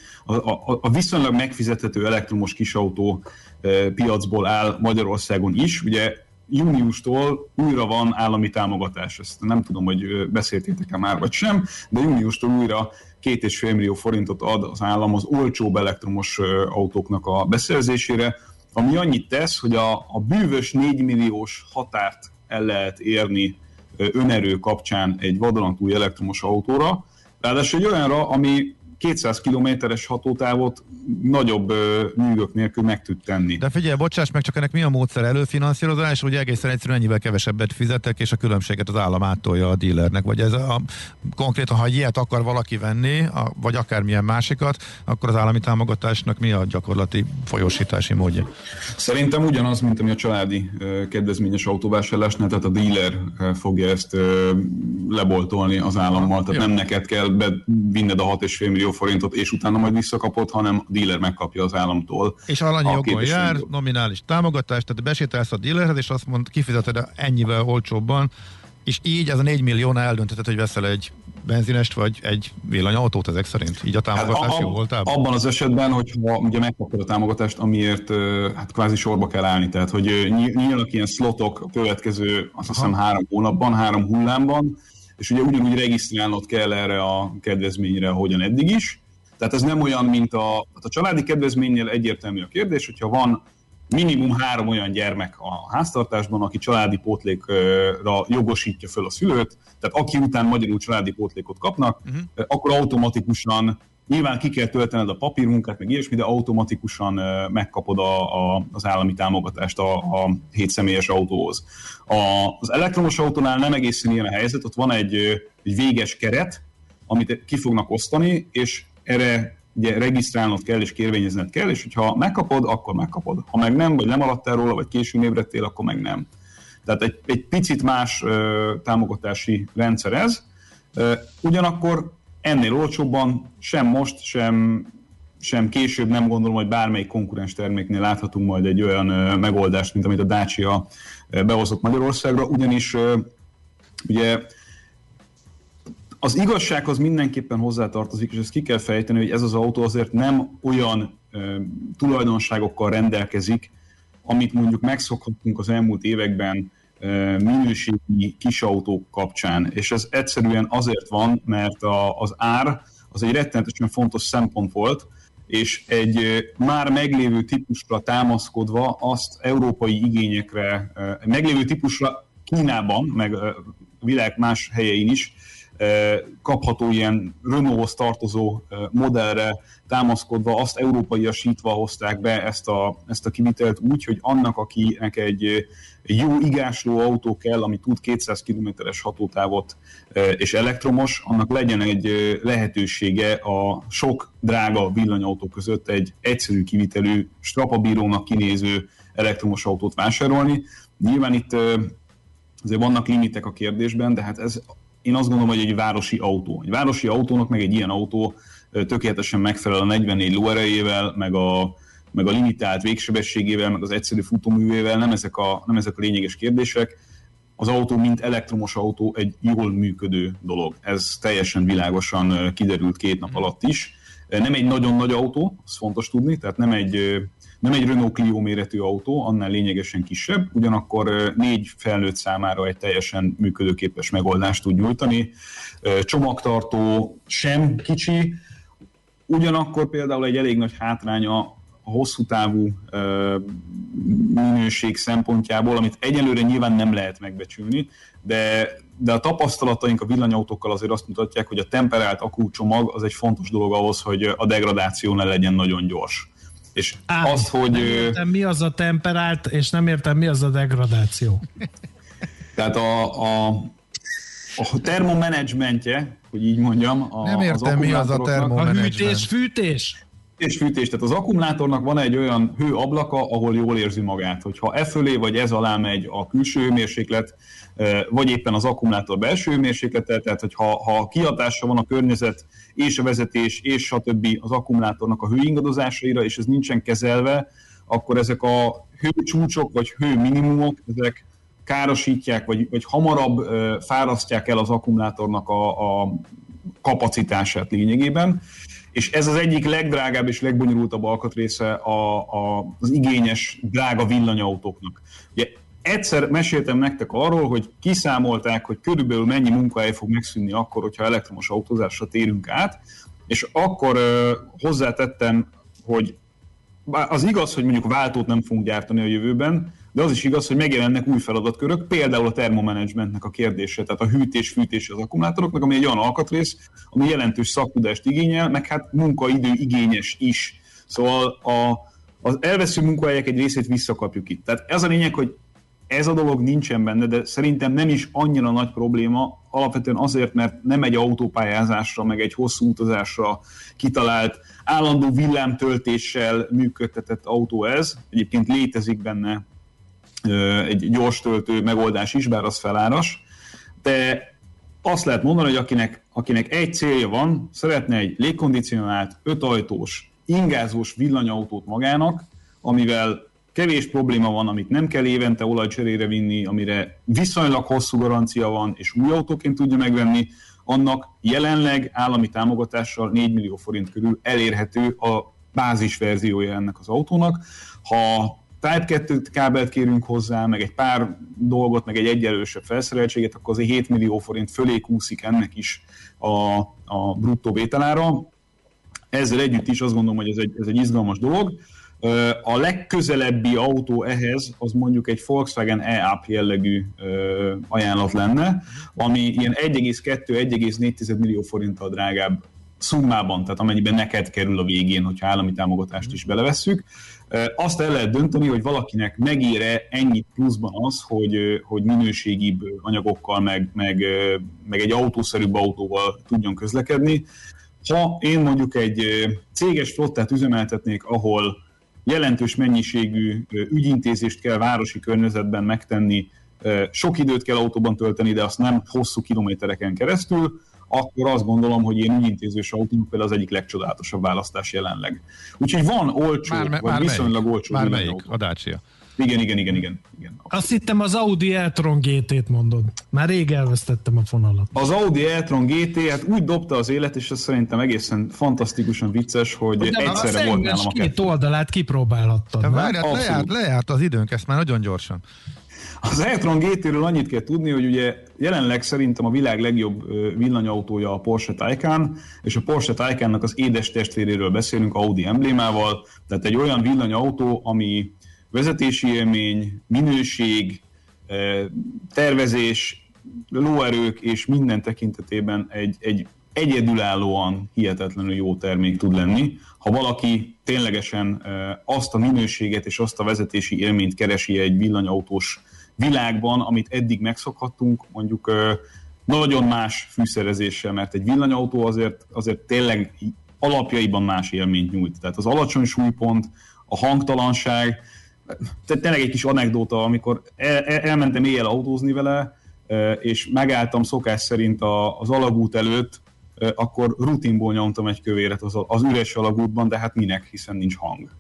a viszonylag megfizethető elektromos kisautó piacból áll Magyarországon is. Ugye júniustól újra van állami támogatás, ezt nem tudom, hogy beszéltétek-e már vagy sem, de júniustól újra 2,5 millió forintot ad az állam az olcsóbb elektromos autóknak a beszerzésére, ami annyit tesz, hogy a bűvös 4 milliós határt el lehet érni önerő kapcsán egy vadonatúj elektromos autóra, ráadásul egy olyanra, ami 200 kilométeres hatótávot nagyobb nyűgök nélkül meg tud tenni. De figyelj, bocsáss meg, csak ennek mi a módszer? Előfinanszírozás, ugye egészen egyszerűen ennyivel kevesebbet fizetek, és a különbséget az állam áttolja a dílernek, vagy ez konkrétan, ha ilyet akar valaki venni, vagy akármilyen másikat, akkor az állami támogatásnak mi a gyakorlati folyósítási módja? Szerintem ugyanaz, mint ami a családi kedvezményes autóvásárlásnál, tehát a díler fogja ezt leboltolni az állammal, tehát nem neked kell bevinned a 6,5 millió forintot, és utána majd visszakapod, hanem a díler megkapja az államtól. És alanyi jogon jár, nominális támogatást, tehát besétálsz a dílerhez, és azt mond, kifizeted ennyivel olcsóbban, és így ez a 4 milliónál eldöntheted, hogy veszel egy benzinest, vagy egy villanyautót ezek szerint? Így a támogatás jó voltában? Abban az esetben, hogyha ugye megkapod a támogatást, amiért hát kvázi sorba kell állni, tehát hogy nyílnak ilyen slotok a következő, azt hiszem 3 hónapban, 3 hullámban, és ugye ugyanúgy regisztrálnod kell erre a kedvezményre, ahogyan eddig is. Tehát ez nem olyan, mint a családi kedvezménynél egyértelmű a kérdés, hogyha van minimum 3 olyan gyermek a háztartásban, aki családi pótlékra jogosítja föl a szülőt, tehát aki után magyarul családi pótlékot kapnak, akkor automatikusan, nyilván ki kell töltened a papírmunkát, meg ilyesmi, de automatikusan megkapod az állami támogatást a 7 személyes autóhoz. Az elektromos autónál nem egészen ilyen a helyzet, ott van egy véges keret, amit ki fognak osztani, és erre ugye regisztrálnod kell, és kérvényezned kell, és hogyha megkapod, akkor megkapod. Ha meg nem, vagy lemaradtál róla, vagy későn ébredtél, akkor meg nem. Tehát egy picit más támogatási rendszer ez. Ugyanakkor ennél olcsóbban sem most, sem később nem gondolom, hogy bármelyik konkurens terméknél láthatunk majd egy olyan megoldást, mint amit a Dacia behozott Magyarországra, ugyanis ugye az igazsághoz mindenképpen hozzátartozik, és ezt ki kell fejteni, hogy ez az autó azért nem olyan tulajdonságokkal rendelkezik, amit mondjuk megszokhattunk az elmúlt években minőségi kisautók kapcsán. És ez egyszerűen azért van, mert az ár az egy rettenetesen fontos szempont volt, és egy már meglévő típusra támaszkodva azt európai igényekre, meglévő típusra Kínában, meg a világ más helyein is kapható ilyen Renaulthoz tartozó modellre támaszkodva, azt európaiasítva hozták be ezt a kivitelt úgy, hogy annak, akinek egy jó igásló autó kell, ami tud 200 km-es hatótávot és elektromos, annak legyen egy lehetősége a sok drága villanyautó között egy egyszerű kivitelű, strapabírónak kinéző elektromos autót vásárolni. Nyilván itt azért vannak limitek a kérdésben, de hát ez én azt gondolom, hogy egy városi autó. Egy városi autónak meg egy ilyen autó tökéletesen megfelel a 44 lóerejével, meg a limitált végsebességével, meg az egyszerű futóművével, nem ezek a lényeges kérdések. Az autó, mint elektromos autó, egy jól működő dolog. Ez teljesen világosan kiderült 2 nap alatt is. Nem egy nagyon nagy autó, az fontos tudni, tehát nem egy Renault Clio méretű autó, annál lényegesen kisebb, ugyanakkor 4 felnőtt számára egy teljesen működőképes megoldást tud nyújtani. Csomagtartó sem kicsi, ugyanakkor például egy elég nagy hátránya, hosszú távú minőség szempontjából, amit egyelőre nyilván nem lehet megbecsülni, de a tapasztalataink a villanyautókkal azért azt mutatják, hogy a temperált akúcsomag az egy fontos dolog ahhoz, hogy a degradáció ne legyen nagyon gyors. És azt, hogy... Nem értem, mi az a temperált, és nem értem, mi az a degradáció. Tehát a termomenedzsmentje, hogy így mondjam, nem értem, mi az a termomenedzsment. A hűtés-fűtés? Fűtés, tehát az akkumulátornak van egy olyan hőablaka, ahol jól érzi magát. Hogyha e fölé vagy ez alá megy a külső hőmérséklet, vagy éppen az akkumulátor belső hőmérséklete, tehát hogyha kihatása van a környezet és a vezetés és stb. Az akkumulátornak a hőingadozásaira, és ez nincsen kezelve, akkor ezek a hőcsúcsok vagy hőminimumok, ezek károsítják, vagy hamarabb fárasztják el az akkumulátornak a kapacitását lényegében. És ez az egyik legdrágább és legbonyolultabb alkatrésze az igényes, drága villanyautóknak. Ugye egyszer meséltem nektek arról, hogy kiszámolták, hogy körülbelül mennyi munkahely fog megszűnni akkor, hogyha elektromos autózásra térünk át, és akkor hozzátettem, hogy az igaz, hogy mondjuk váltót nem fogunk gyártani a jövőben, de az is igaz, hogy megjelennek új feladatkörök, például a termomenedzsmentnek a kérdése, tehát a hűtés-fűtés az akkumulátoroknak, ami egy olyan alkatrész, ami jelentős szaktudást igényel, meg hát munkaidő igényes is. Szóval az elvesző munkahelyek egy részét visszakapjuk itt. Tehát ez a lényeg, hogy ez a dolog nincsen benne, de szerintem nem is annyira nagy probléma, alapvetően azért, mert nem egy autópályázásra, meg egy hosszú utazásra kitalált, állandó villámtöltéssel működtetett autó ez. Egyébként létezik benne egy gyors töltő megoldás is, bár az feláras, de azt lehet mondani, hogy akinek egy célja van, szeretne egy légkondicionált, 5 ajtós, ingázós villanyautót magának, amivel kevés probléma van, amit nem kell évente olajcserére vinni, amire viszonylag hosszú garancia van, és új autóként tudja megvenni, annak jelenleg állami támogatással 4 millió forint körül elérhető a bázis verziója ennek az autónak. Ha Type 2 kábelt kérünk hozzá, meg egy pár dolgot, meg egy egyelősebb felszereltséget, akkor azért 7 millió forint fölé kúszik ennek is a bruttó vételára. Ezzel együtt is azt gondolom, hogy ez egy izgalmas dolog. A legközelebbi autó ehhez az mondjuk egy Volkswagen e-up jellegű ajánlat lenne, ami ilyen 1,2-1,4 millió forinttal drágább szummában, tehát amennyiben neked kerül a végén, hogyha állami támogatást is belevesszük. Azt el lehet dönteni, hogy valakinek megér-e ennyit pluszban az, hogy minőségibb anyagokkal, meg egy autószerűbb autóval tudjon közlekedni. Ha én mondjuk egy céges flottát üzemeltetnék, ahol jelentős mennyiségű ügyintézést kell városi környezetben megtenni, sok időt kell autóban tölteni, de azt nem hosszú kilométereken keresztül, akkor azt gondolom, hogy én ügyintézős autónk például az egyik legcsodálatosabb választás jelenleg. Úgyhogy van olcsó, vagy viszonylag olcsó. Már melyik? A Dacia. Igen. Azt hittem az Audi e-tron GT-t mondod. Már rég elvesztettem a fonalat. Az Audi e-tron GT, hát úgy dobta az élet, és ez szerintem egészen fantasztikusan vicces, hogy egyszerre volt nálam a két oldalát kipróbálhattad. Lejárt az időnk, ezt már nagyon gyorsan. Az e-tron GT-ről annyit kell tudni, hogy ugye jelenleg szerintem a világ legjobb villanyautója a Porsche Taycan, és a Porsche Taycannak az édes testvéréről beszélünk Audi emblémával, tehát egy olyan villanyautó, ami vezetési élmény, minőség, tervezés, lóerők és minden tekintetében egy egyedülállóan hihetetlenül jó termék tud lenni. Ha valaki ténylegesen azt a minőséget és azt a vezetési élményt keresi egy villanyautós világban, amit eddig megszokhattunk, mondjuk nagyon más fűszerezéssel, mert egy villanyautó azért tényleg alapjaiban más élményt nyújt. Tehát az alacsony súlypont, a hangtalanság, tehát tényleg egy kis anekdóta, amikor elmentem éjjel autózni vele, és megálltam szokás szerint az alagút előtt, akkor rutinból nyomtam egy kövéret az üres alagútban, de hát minek, hiszen nincs hang.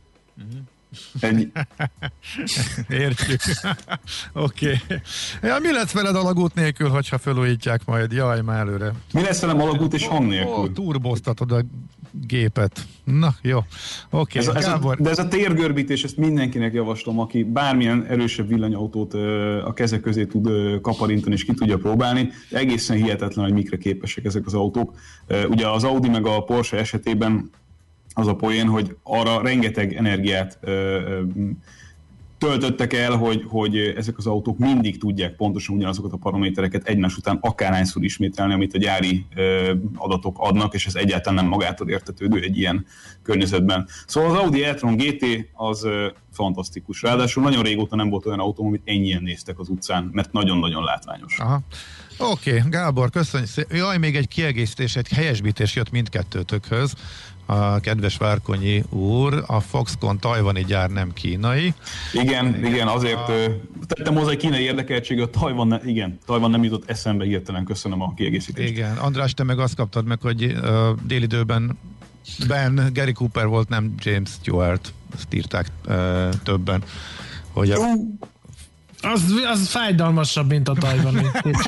Értjük. Oké. Ja, mi lesz veled alagút nélkül, hogyha felújítják majd? Jaj, már előre. Mi lesz velem alagút és hang nélkül? Turboztatod a gépet. Na, jó. Oké, Gábor. De ez a térgörbítés, ezt mindenkinek javaslom, aki bármilyen erősebb villanyautót a kezek közé tud kaparintani és ki tudja próbálni. Egészen hihetetlen, hogy mikre képesek ezek az autók. Ugye az Audi meg a Porsche esetében az a poén, hogy arra rengeteg energiát töltöttek el, hogy ezek az autók mindig tudják pontosan ugyanazokat a paramétereket egymás után akárhányszor ismételni, amit a gyári adatok adnak, és ez egyáltalán nem magától értetődő egy ilyen környezetben. Szóval az Audi e-tron GT az fantasztikus. Ráadásul nagyon régóta nem volt olyan autó, amit ennyien néztek az utcán, mert nagyon-nagyon látványos. Oké, Gábor, köszönjük szépen. Jaj, még egy kiegészítés, egy helyesbítés jött mindkettőtökhöz. A kedves Várkonyi úr, a Foxconn tajvani gyár nem kínai. Igen, azért tettem hozzá egy kínai érdekeltséget, Tajvan nem jutott eszembe hirtelen, köszönöm a kiegészítést. Igen, András, te meg azt kaptad meg, hogy délidőben Gary Cooper volt, nem James Stewart, ezt írták többen. Hogy az fájdalmasabb, mint a tajvani.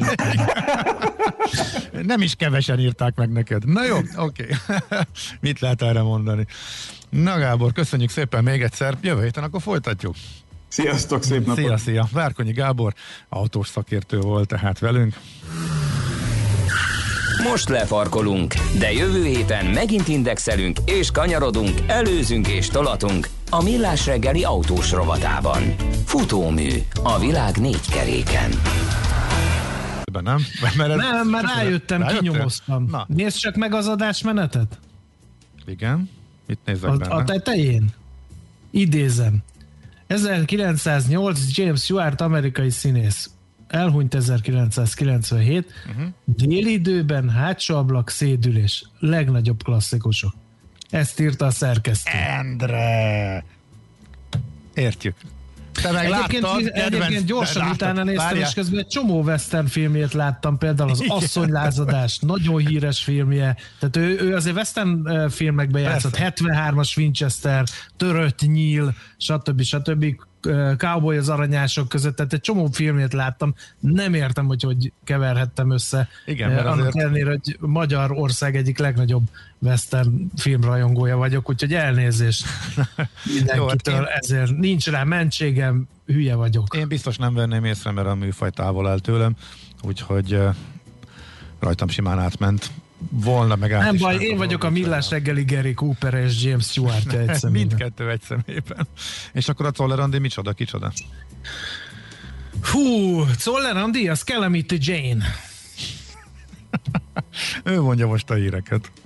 Nem is kevesen írták meg neked. Na jó, oké. Mit lehet erre mondani? Na Gábor, köszönjük szépen még egyszer. Jövő héten akkor folytatjuk. Sziasztok, szép napot! Szia! Várkonyi Gábor, autós szakértő volt tehát velünk. Most lefarkolunk, de jövő héten megint indexelünk és kanyarodunk, előzünk és tolatunk a Millás reggeli autós rovatában. Futómű a világ 4 keréken. Nem, mert rájöttem, kinyomoztam. Na. Nézd csak meg az adásmenetet. Igen, mit nézzek benne? A tetején. Idézem. 1908 James Stewart, amerikai színész. Elhunyt 1997. Déli időben hátsó ablak, szédülés. Legnagyobb klasszikusok. Ezt írta a szerkesztő. Endre! Értjük. Te meg Egyébként gyorsan utána néztem, és közben egy csomó western filmjét láttam, például az Asszonylázadás, nagyon híres filmje. Tehát ő azért western filmekben játszott, 73-as Winchester, Törött nyíl, stb. Cowboy az aranyások között, tehát egy csomó filmjét láttam, nem értem, hogy keverhettem össze. Igen, mert annak ellenére, hogy Magyarország egyik legnagyobb western filmrajongója vagyok, úgyhogy elnézést mindenkitől, ezért nincs rá mentségem, hülye vagyok. Én biztos nem venném észre, mert a műfaj távol áll tőlem, úgyhogy rajtam simán átment. Volna meg át. Nem baj, én vagyok a Millás reggeli Gary Cooper és James Stewart egy személyben. Mindkettő egy személyben. És akkor a Czoller Andi kicsoda? Czoller Andi, az Calamity Jane. Ő mondja most a híreket.